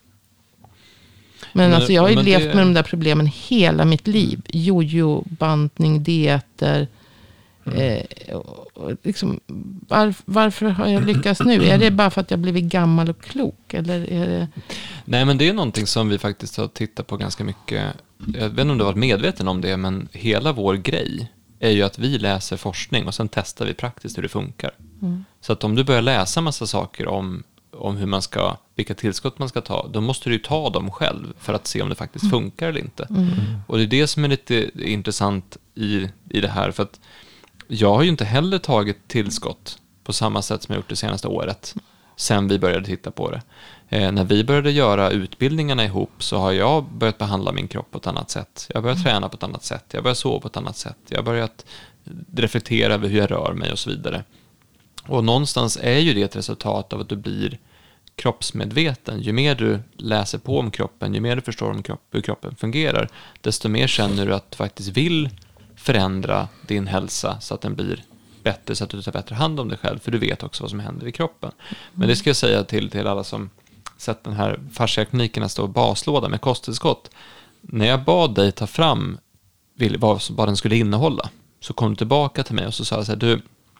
Men, men alltså jag har ju levt det... med de där problemen hela mitt liv. Jojo-bantning, dieter. Mm. Eh, och, och liksom, var, varför har jag lyckats nu? Är det bara för att jag blivit gammal och klok? Eller är det... Nej, men det är någonting som vi faktiskt har tittat på ganska mycket. Jag vet inte om du har varit medveten om det, men hela vår grej är ju att vi läser forskning och sen testar vi praktiskt hur det funkar. Mm. Så att om du börjar läsa massa saker om, om hur man ska, vilka tillskott man ska ta, då måste du ju ta dem själv för att se om det faktiskt funkar eller inte. Mm. Och det är det som är lite intressant i, i det här, för att jag har ju inte heller tagit tillskott på samma sätt som jag gjort det senaste året sen vi började titta på det. Eh, när vi började göra utbildningarna ihop så har jag börjat behandla min kropp på ett annat sätt. Jag har börjat mm. träna på ett annat sätt. Jag har börjat sova på ett annat sätt. Jag har börjat reflektera över hur jag rör mig och så vidare. Och någonstans är ju det ett resultat av att du blir kroppsmedveten. Ju mer du läser på om kroppen, ju mer du förstår om kropp, hur kroppen fungerar, desto mer känner du att du faktiskt vill förändra din hälsa så att den blir bättre, så att du tar bättre hand om dig själv, för du vet också vad som händer i kroppen. Men det ska jag säga till, till alla som sett den här fasciaklinikerna stå baslåda med kosttillskott. När jag bad dig ta fram vad, vad den skulle innehålla, så kom du tillbaka till mig och så sa jag så här: du,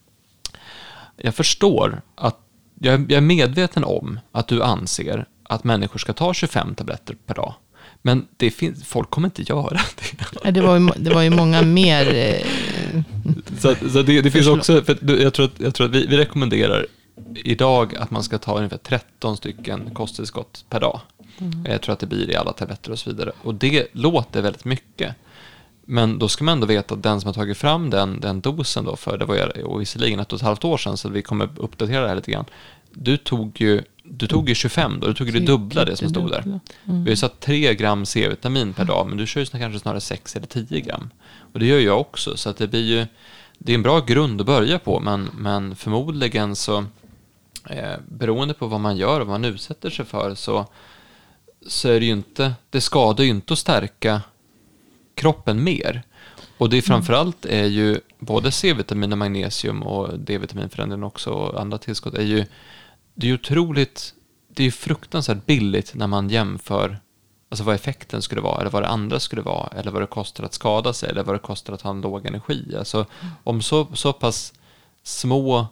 jag förstår att jag, jag är medveten om att du anser att människor ska ta tjugofem tabletter per dag. Men det finns, folk kommer inte göra det. Ja, det, var ju, det var ju många mer... Eh, så så det, det finns också... För jag tror att, jag tror att vi, vi rekommenderar idag att man ska ta ungefär tretton stycken kosttillskott per dag. Mm. Jag tror att det blir i alla tabletter och så vidare. Och det låter väldigt mycket. Men då ska man ändå veta att den som har tagit fram den, den dosen då, för det var ju och visserligen ett och ett halvt år sedan, så vi kommer uppdatera det här lite grann. Du tog ju, du tog ju tjugofem då, du tog ju det dubbla det som stod där. Mm. Vi har ju satt tre gram C-vitamin per dag, men du kör ju kanske snarare sex eller tio gram. Och det gör jag också, så att det blir ju, det är en bra grund att börja på, men, men förmodligen så eh, beroende på vad man gör och vad man utsätter sig för, så, så är det ju inte, det skadar ju inte att stärka kroppen mer. Och det är framförallt är ju både C-vitamin och magnesium och D-vitamin för den också och andra tillskott är ju, det är ju otroligt, det är ju fruktansvärt billigt när man jämför alltså vad effekten skulle vara, eller vad det andra skulle vara, eller vad det kostar att skada sig, eller vad det kostar att ha en låg energi. Alltså om så, så pass små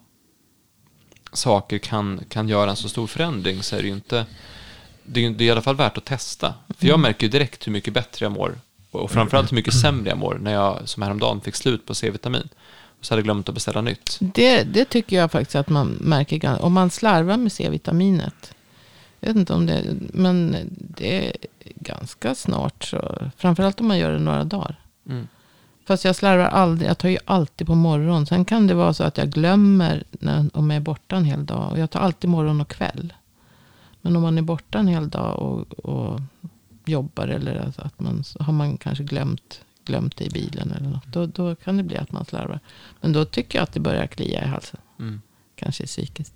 saker kan, kan göra en så stor förändring, så är det ju inte, det är, det är i alla fall värt att testa. För jag märker ju direkt hur mycket bättre jag mår, och framförallt hur mycket sämre jag mår när jag som häromdagen fick slut på C-vitamin. och så hade glömt att beställa nytt. Det, det tycker jag faktiskt att man märker. Om man slarvar med C-vitaminet. Jag vet inte om det, men det är ganska snart. Så, framförallt om man gör det några dagar. Mm. Fast jag slarvar aldrig. Jag tar ju alltid på morgon. Sen kan det vara så att jag glömmer när, om jag är borta en hel dag. Och jag tar alltid morgon och kväll. Men om man är borta en hel dag och, och jobbar. Eller att man, har man kanske glömt, glömt det i bilen eller något. Då, då kan det bli att man slarvar. Men då tycker jag att det börjar klia i halsen. Mm. Kanske psykiskt.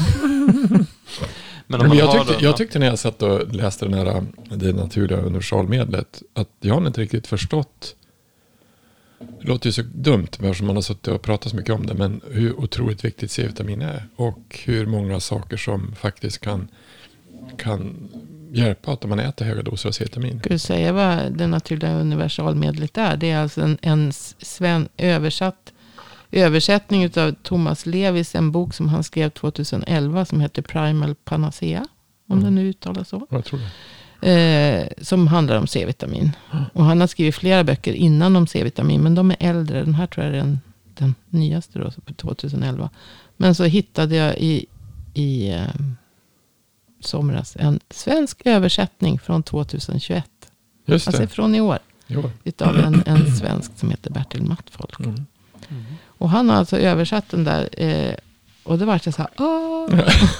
Men om Men man jag, har tyckte, då- jag tyckte när jag satt och läste den här, det naturliga universalmedlet att jag har inte riktigt förstått. Det låter ju så dumt eftersom man har suttit och pratat så mycket om det. Men hur otroligt viktigt C-vitamin är. Och hur många saker som faktiskt kan, kan hjälpa att man äter höga doser av C-vitamin. Ska du säga vad det naturliga universalmedlet är? Det är alltså en, en sven, översatt översättning av Thomas Levis, en bok som han skrev tjugoelva som heter Primal Panacea, om Mm. den nu uttalas så. Jag tror det. Eh, som handlar om C-vitamin. Och han har skrivit flera böcker innan om C-vitamin, men de är äldre. Den här tror jag är den, den nyaste då, på tjugoelva. Men så hittade jag i, i eh, somras en svensk översättning från tjugohundratjugoett. Just Alltså det. från i år. Jo. Utav en, en svensk som heter Bertil Mattfolk. Mm. Och han har alltså översatt den där. Eh, och det var så här. Åh!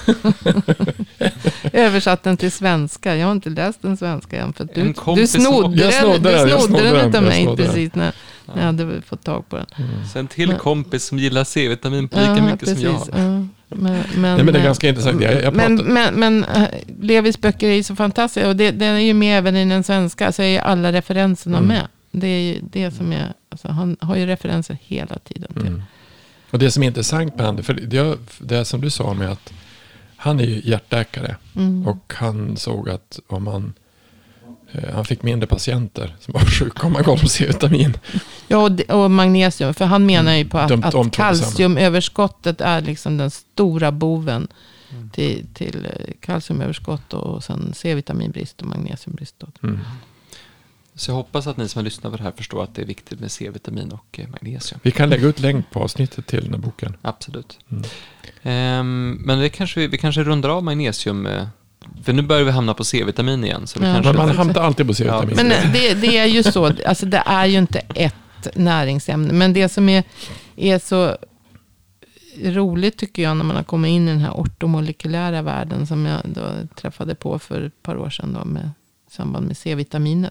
översatt den till svenska. Jag har inte läst den svenska än. För att En du, du kompis snodde Jag den, snodde du den, jag snodde snodde den den, utav jag mig snodde den. precis när, när jag hade fått tag på den. Sen till Men- kompis som gillar C-vitamin på lika Ja, mycket som jag. precis. Ja, men, men, Nej, men det är eh, ganska intressant. Jag, jag Men, pratar, men, men äh, Levis böcker är ju så fantastiska. Och det, den är ju med även i den svenska. Så är ju alla referenserna Mm. med. Det är ju det som är. Alltså, han har ju referenser hela tiden till. Mm. Och det som är intressant med honom, för det, det som du sa med att han är ju hjärtläkare. Mm. Och han såg att om man, eh, han fick mindre patienter som var sjuka om man gav dem C-vitamin. Ja, och, det- och magnesium. För han menar ju på att, De- de två att tillsammans. kalciumöverskottet är liksom den stora boven Mm. till, till eh, kalciumöverskott och sen C-vitaminbrist och magnesiumbrist. Då. Mm. Så jag hoppas att ni som har lyssnat på det här förstår att det är viktigt med C-vitamin och eh, magnesium. Vi kan lägga ut länk på avsnittet till den här boken. Absolut. Mm. Ehm, men det kanske, vi, vi kanske rundar av magnesium. eh, För nu börjar vi hamna på C-vitamin igen. Så vi Ja. kanske, Men man hamnar alltid på C-vitamin. Men eh, det, det är ju så, alltså det är ju inte ett näringsämne. Men det som är, är så roligt tycker jag när man har kommit in i den här ortomolekylära världen som jag då träffade på för ett par år sedan då med, i samband med C-vitaminet.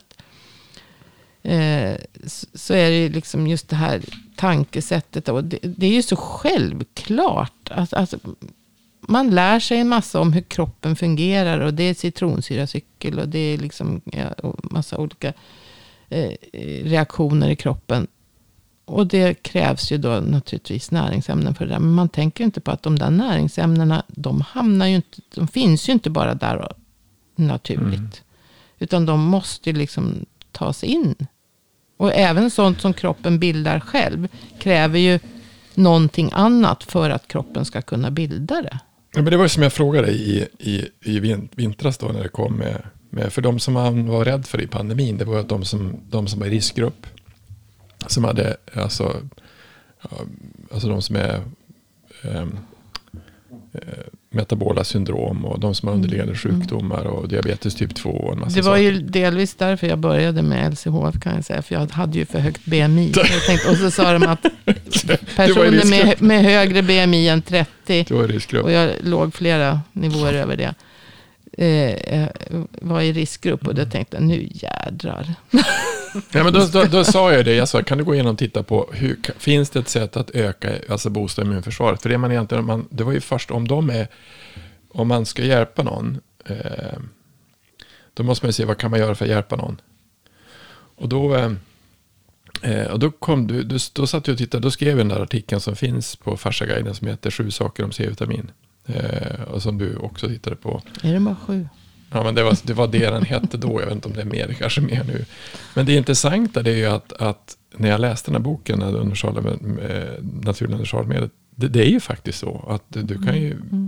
Eh, så, så är det ju liksom just det här tankesättet. Och det, det är ju så självklart. Att, alltså, man lär sig en massa om hur kroppen fungerar. Och det är citronsyracykel och det är liksom ja, och massa olika eh, reaktioner i kroppen. Och det krävs ju då naturligtvis näringsämnen för det där. Men man tänker ju inte på att de där näringsämnena, de hamnar ju inte, de finns ju inte bara där naturligt. Mm. Utan de måste ju liksom tas in. Och även sånt som kroppen bildar själv kräver ju någonting annat för att kroppen ska kunna bilda det. Ja, men det var ju som jag frågade i, i, i vin- vintras då när det kom med, med. För de som man var rädd för i pandemin, det var att de som, de som var i riskgrupp. Som hade, alltså, ja, alltså de som är ehm, eh, metabola syndrom och de som har underliggande sjukdomar och diabetes typ två och en massa Det var saker. ju delvis därför jag började med L C H F kan jag säga. För jag hade ju för högt B M I. Jag tänkte, och så sa de att personer med, riskgrupp. med högre B M I än trettio. Du var i riskgrupp. Och jag låg flera nivåer över det. Eh, var i riskgrupp och då tänkte jag, nu jädrar. Ja, men då, då, då sa jag det, jag sa, kan du gå igenom och titta på, hur, finns det ett sätt att öka, alltså boosta immunförsvaret? För det man egentligen, man, det var ju först om de är, om man ska hjälpa någon, eh, då måste man ju se vad kan man göra för att hjälpa någon. Och då, eh, och då kom du, då, då satt jag och tittade, då skrev jag den där artikeln som finns på Farsa-guiden som heter Sju saker om C-vitamin. Eh, och som du också tittade på. Är det bara sju? Ja, men det var, det var det den hette då. Jag vet inte om det är mer, kanske mer nu. Men det intressanta det är ju att, att när jag läste den här boken, Naturliga universalmedlet, det, det är ju faktiskt så att du kan ju Mm.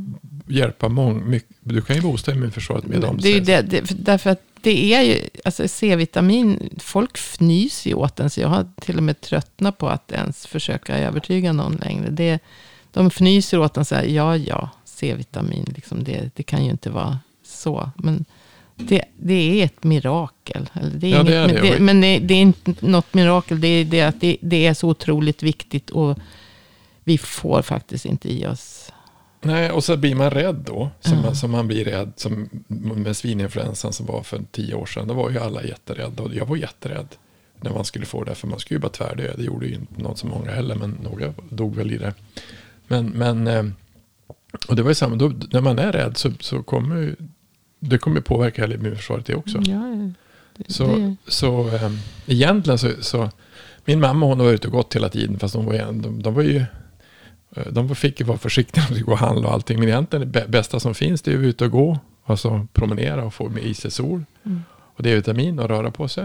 hjälpa många. Mycket, du kan ju boosta immunförsvaret med dem. Det är ju det, det, därför att det är ju, alltså C-vitamin, folk fnyser ju åt den, så jag har till och med tröttnat på att ens försöka övertyga någon längre. Det, de fnyser åt den så här, ja, ja, C-vitamin, liksom det, det kan ju inte vara så. Men det, det är ett mirakel. Eller det är ja, inget, det är det. Men, det, men det, det är inte något mirakel, det är det att det, det är så otroligt viktigt och vi får faktiskt inte i oss. Nej, och så blir man rädd då. Som, Mm. man, som man blir rädd. Som med svininfluensan som var för tio år sedan. Då var ju alla jätterädda. Och jag var jätterädd när man skulle få det. För man skulle ju bara tvärdö. Det gjorde ju inte något så många heller. Men några dog väl i det. Men, men eh, och det var ju samma. Då, när man är rädd så, så kommer ju, det kommer påverka hela immunförsvaret det också. Ja, det, Så, det. så eh, egentligen så, så min mamma hon var ute och gått hela tiden. Fast de var, de, de var ju de fick ju vara försiktiga när de gå och handla och allting. Men egentligen det bästa som finns det är att ut och gå. Alltså promenera och få med i sig sol. Mm. Och D-vitamin och röra på sig.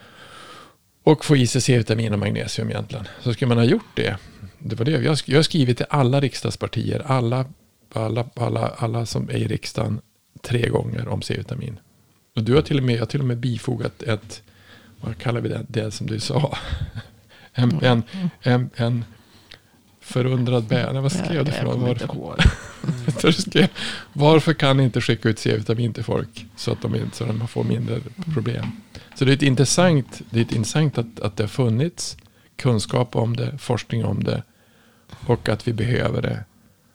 Och få i sig C-vitamin och magnesium egentligen. Så skulle man ha gjort det. Det var det. Jag, jag har skrivit till alla riksdagspartier. Alla, alla, alla, alla som är i riksdagen tre gånger om C-vitamin. Och du har till och med, jag har till och med bifogat ett, vad kallar vi det, det som du sa? en, en, en, en förundrad bä. Nej, vad skrev du för något? Varför? skrev, varför kan ni inte skicka ut C-vitamin till folk så att de, så att de får mindre problem? Så det är ett intressant, det är ett intressant att, att det har funnits kunskap om det, forskning om det och att vi behöver det.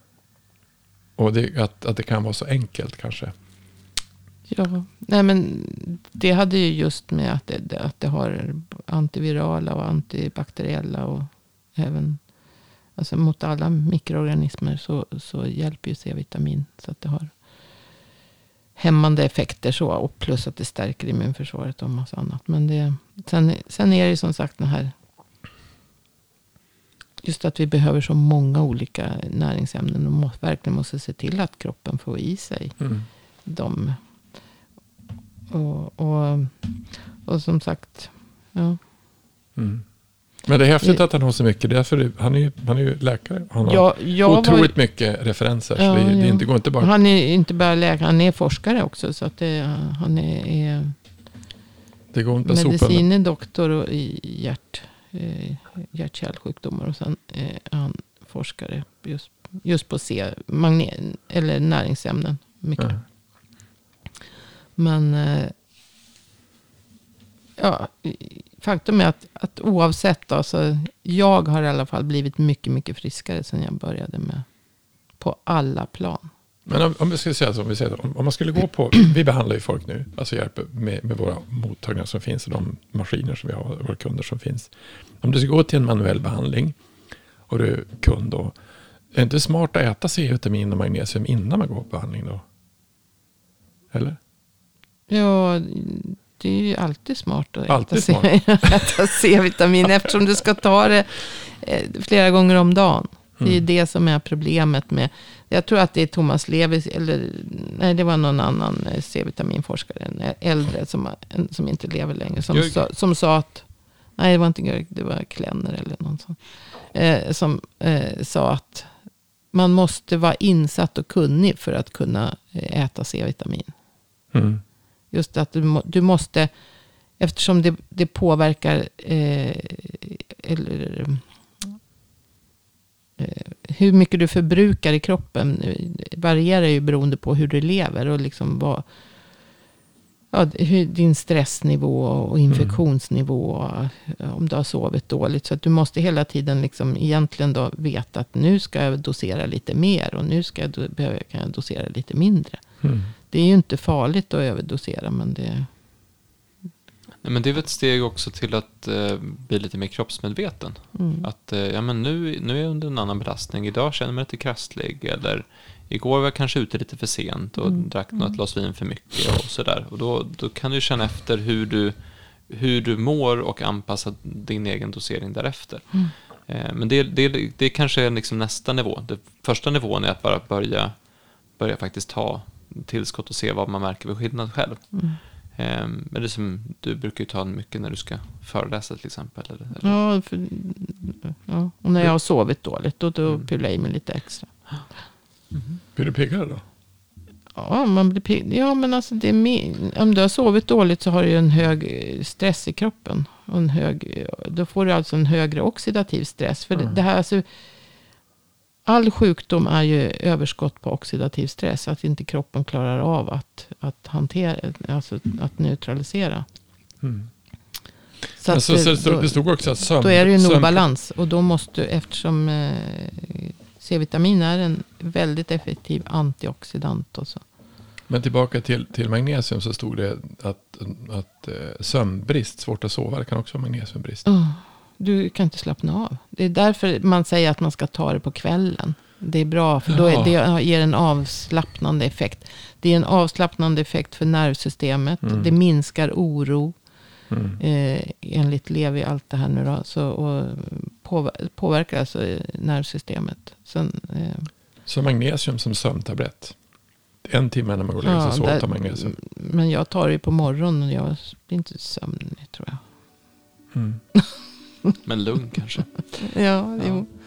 Och det, att, att det kan vara så enkelt kanske. Ja, nej men det hade ju just med att det, att det har antivirala och antibakteriella och även alltså mot alla mikroorganismer så, så hjälper ju C-vitamin så att det har hämmande effekter så och plus att det stärker immunförsvaret och massa annat. Men det, sen, sen är det ju som sagt den här just att vi behöver så många olika näringsämnen och må, verkligen måste se till att kroppen får i sig Mm. dem. Och, och, och som sagt, ja. Mm. Men det är häftigt att han har så mycket. Därför han är ju, han är ju läkare. Han har Ja, jag otroligt var, mycket referenser. Ja, så det, det ja. inte, går inte bara... Han är inte bara läkare, han är forskare också. Så att det, han är, är Det går inte att sopa. medicine doktor och i hjärt, eh, hjärt-kärlsjukdomar. Och sen är han forskare just, just på C, magne, eller näringsämnen. Mycket. Ja. Men eh, ja, faktum är att, att oavsett då, så jag har i alla fall blivit mycket, mycket friskare sen jag började med på alla plan. Men om, om vi ska säga så, om vi säger om, om man skulle gå på, vi behandlar ju folk nu, alltså hjälper med, med våra mottagningar som finns och de maskiner som vi har, våra kunder som finns. Om du ska gå till en manuell behandling och du är kund då, är det inte smart att äta C-vitamin och magnesium innan man går på behandling då? Eller? Ja, det är ju alltid smart att Alltid äta, C, äta C-vitamin eftersom du ska ta det eh, flera gånger om dagen. Det är ju Mm. det som är problemet med, jag tror att det är Thomas Levis, eller nej det var någon annan eh, C-vitaminforskare, en äldre som, en, som inte lever längre, som, Görg. sa, som sa att, nej det var inte Görg, det var Klenner eller någon sån, eh, som eh, sa att man måste vara insatt och kunnig för att kunna eh, äta C-vitamin. Mm. Just att du, må, du måste, eftersom det, det påverkar eh, eller, eh, hur mycket du förbrukar i kroppen varierar ju beroende på hur du lever och liksom vad, ja, hur, din stressnivå och infektionsnivå och, om du har sovit dåligt. Så att du måste hela tiden liksom egentligen då veta att nu ska jag dosera lite mer och nu ska jag, do, behöver, kan jag dosera lite mindre. Mm. Det är ju inte farligt att överdosera, men det... Nej, men det är väl ett steg också till att eh, bli lite mer kroppsmedveten. Mm. Att eh, ja, men nu, nu är jag under en annan belastning. Idag känner jag mig lite krasslig. Eller igår var jag kanske ute lite för sent och Mm. drack något glas vin för mycket och sådär. Och då, då kan du känna efter hur du, hur du mår och anpassa din egen dosering därefter. Mm. Eh, men det, det, det kanske är liksom nästa nivå. Det första nivån är att bara börja, börja faktiskt ta tillskott och se vad man märker vid skillnad själv. Mm. Men det är som, du brukar ju ta mycket när du ska föreläsa till exempel. Eller, eller? Ja, för, ja, och när jag har sovit dåligt då, då Mm. pyller jag i mig lite extra. Blir du piggare då? Ja, man blir pigg. Ja, men alltså det är min, om du har sovit dåligt så har du ju en hög stress i kroppen. Och en hög, då får du alltså en högre oxidativ stress. För mm. det, det här, alltså, all sjukdom är ju överskott på oxidativ stress. Att inte kroppen klarar av att, att hantera, alltså att neutralisera. Mm. Så, att så, det, så, så då, det stod också att sömn... Då är det ju en sömn, obalans. Och då måste, eftersom eh, C-vitamin är en väldigt effektiv antioxidant och så. Men tillbaka till, till magnesium så stod det att, att eh, sömnbrist, svårt att sova, det kan också vara magnesiumbrist. Oh, du kan inte slappna av. Det är därför man säger att man ska ta det på kvällen. Det är bra, för då är, det ger en avslappnande effekt. Det är en avslappnande effekt för nervsystemet. Mm. Det minskar oro. Mm. Eh, enligt Levi allt det här nu då. Så, och påver- påverkar alltså nervsystemet. Sen, eh, så magnesium som sömntablett? En timme när man går och lägger sig så där, tar magnesium. Men jag tar det på morgonen och jag blir inte sömnig tror jag. Mm. Men lugn kanske. ja, ja. Jo.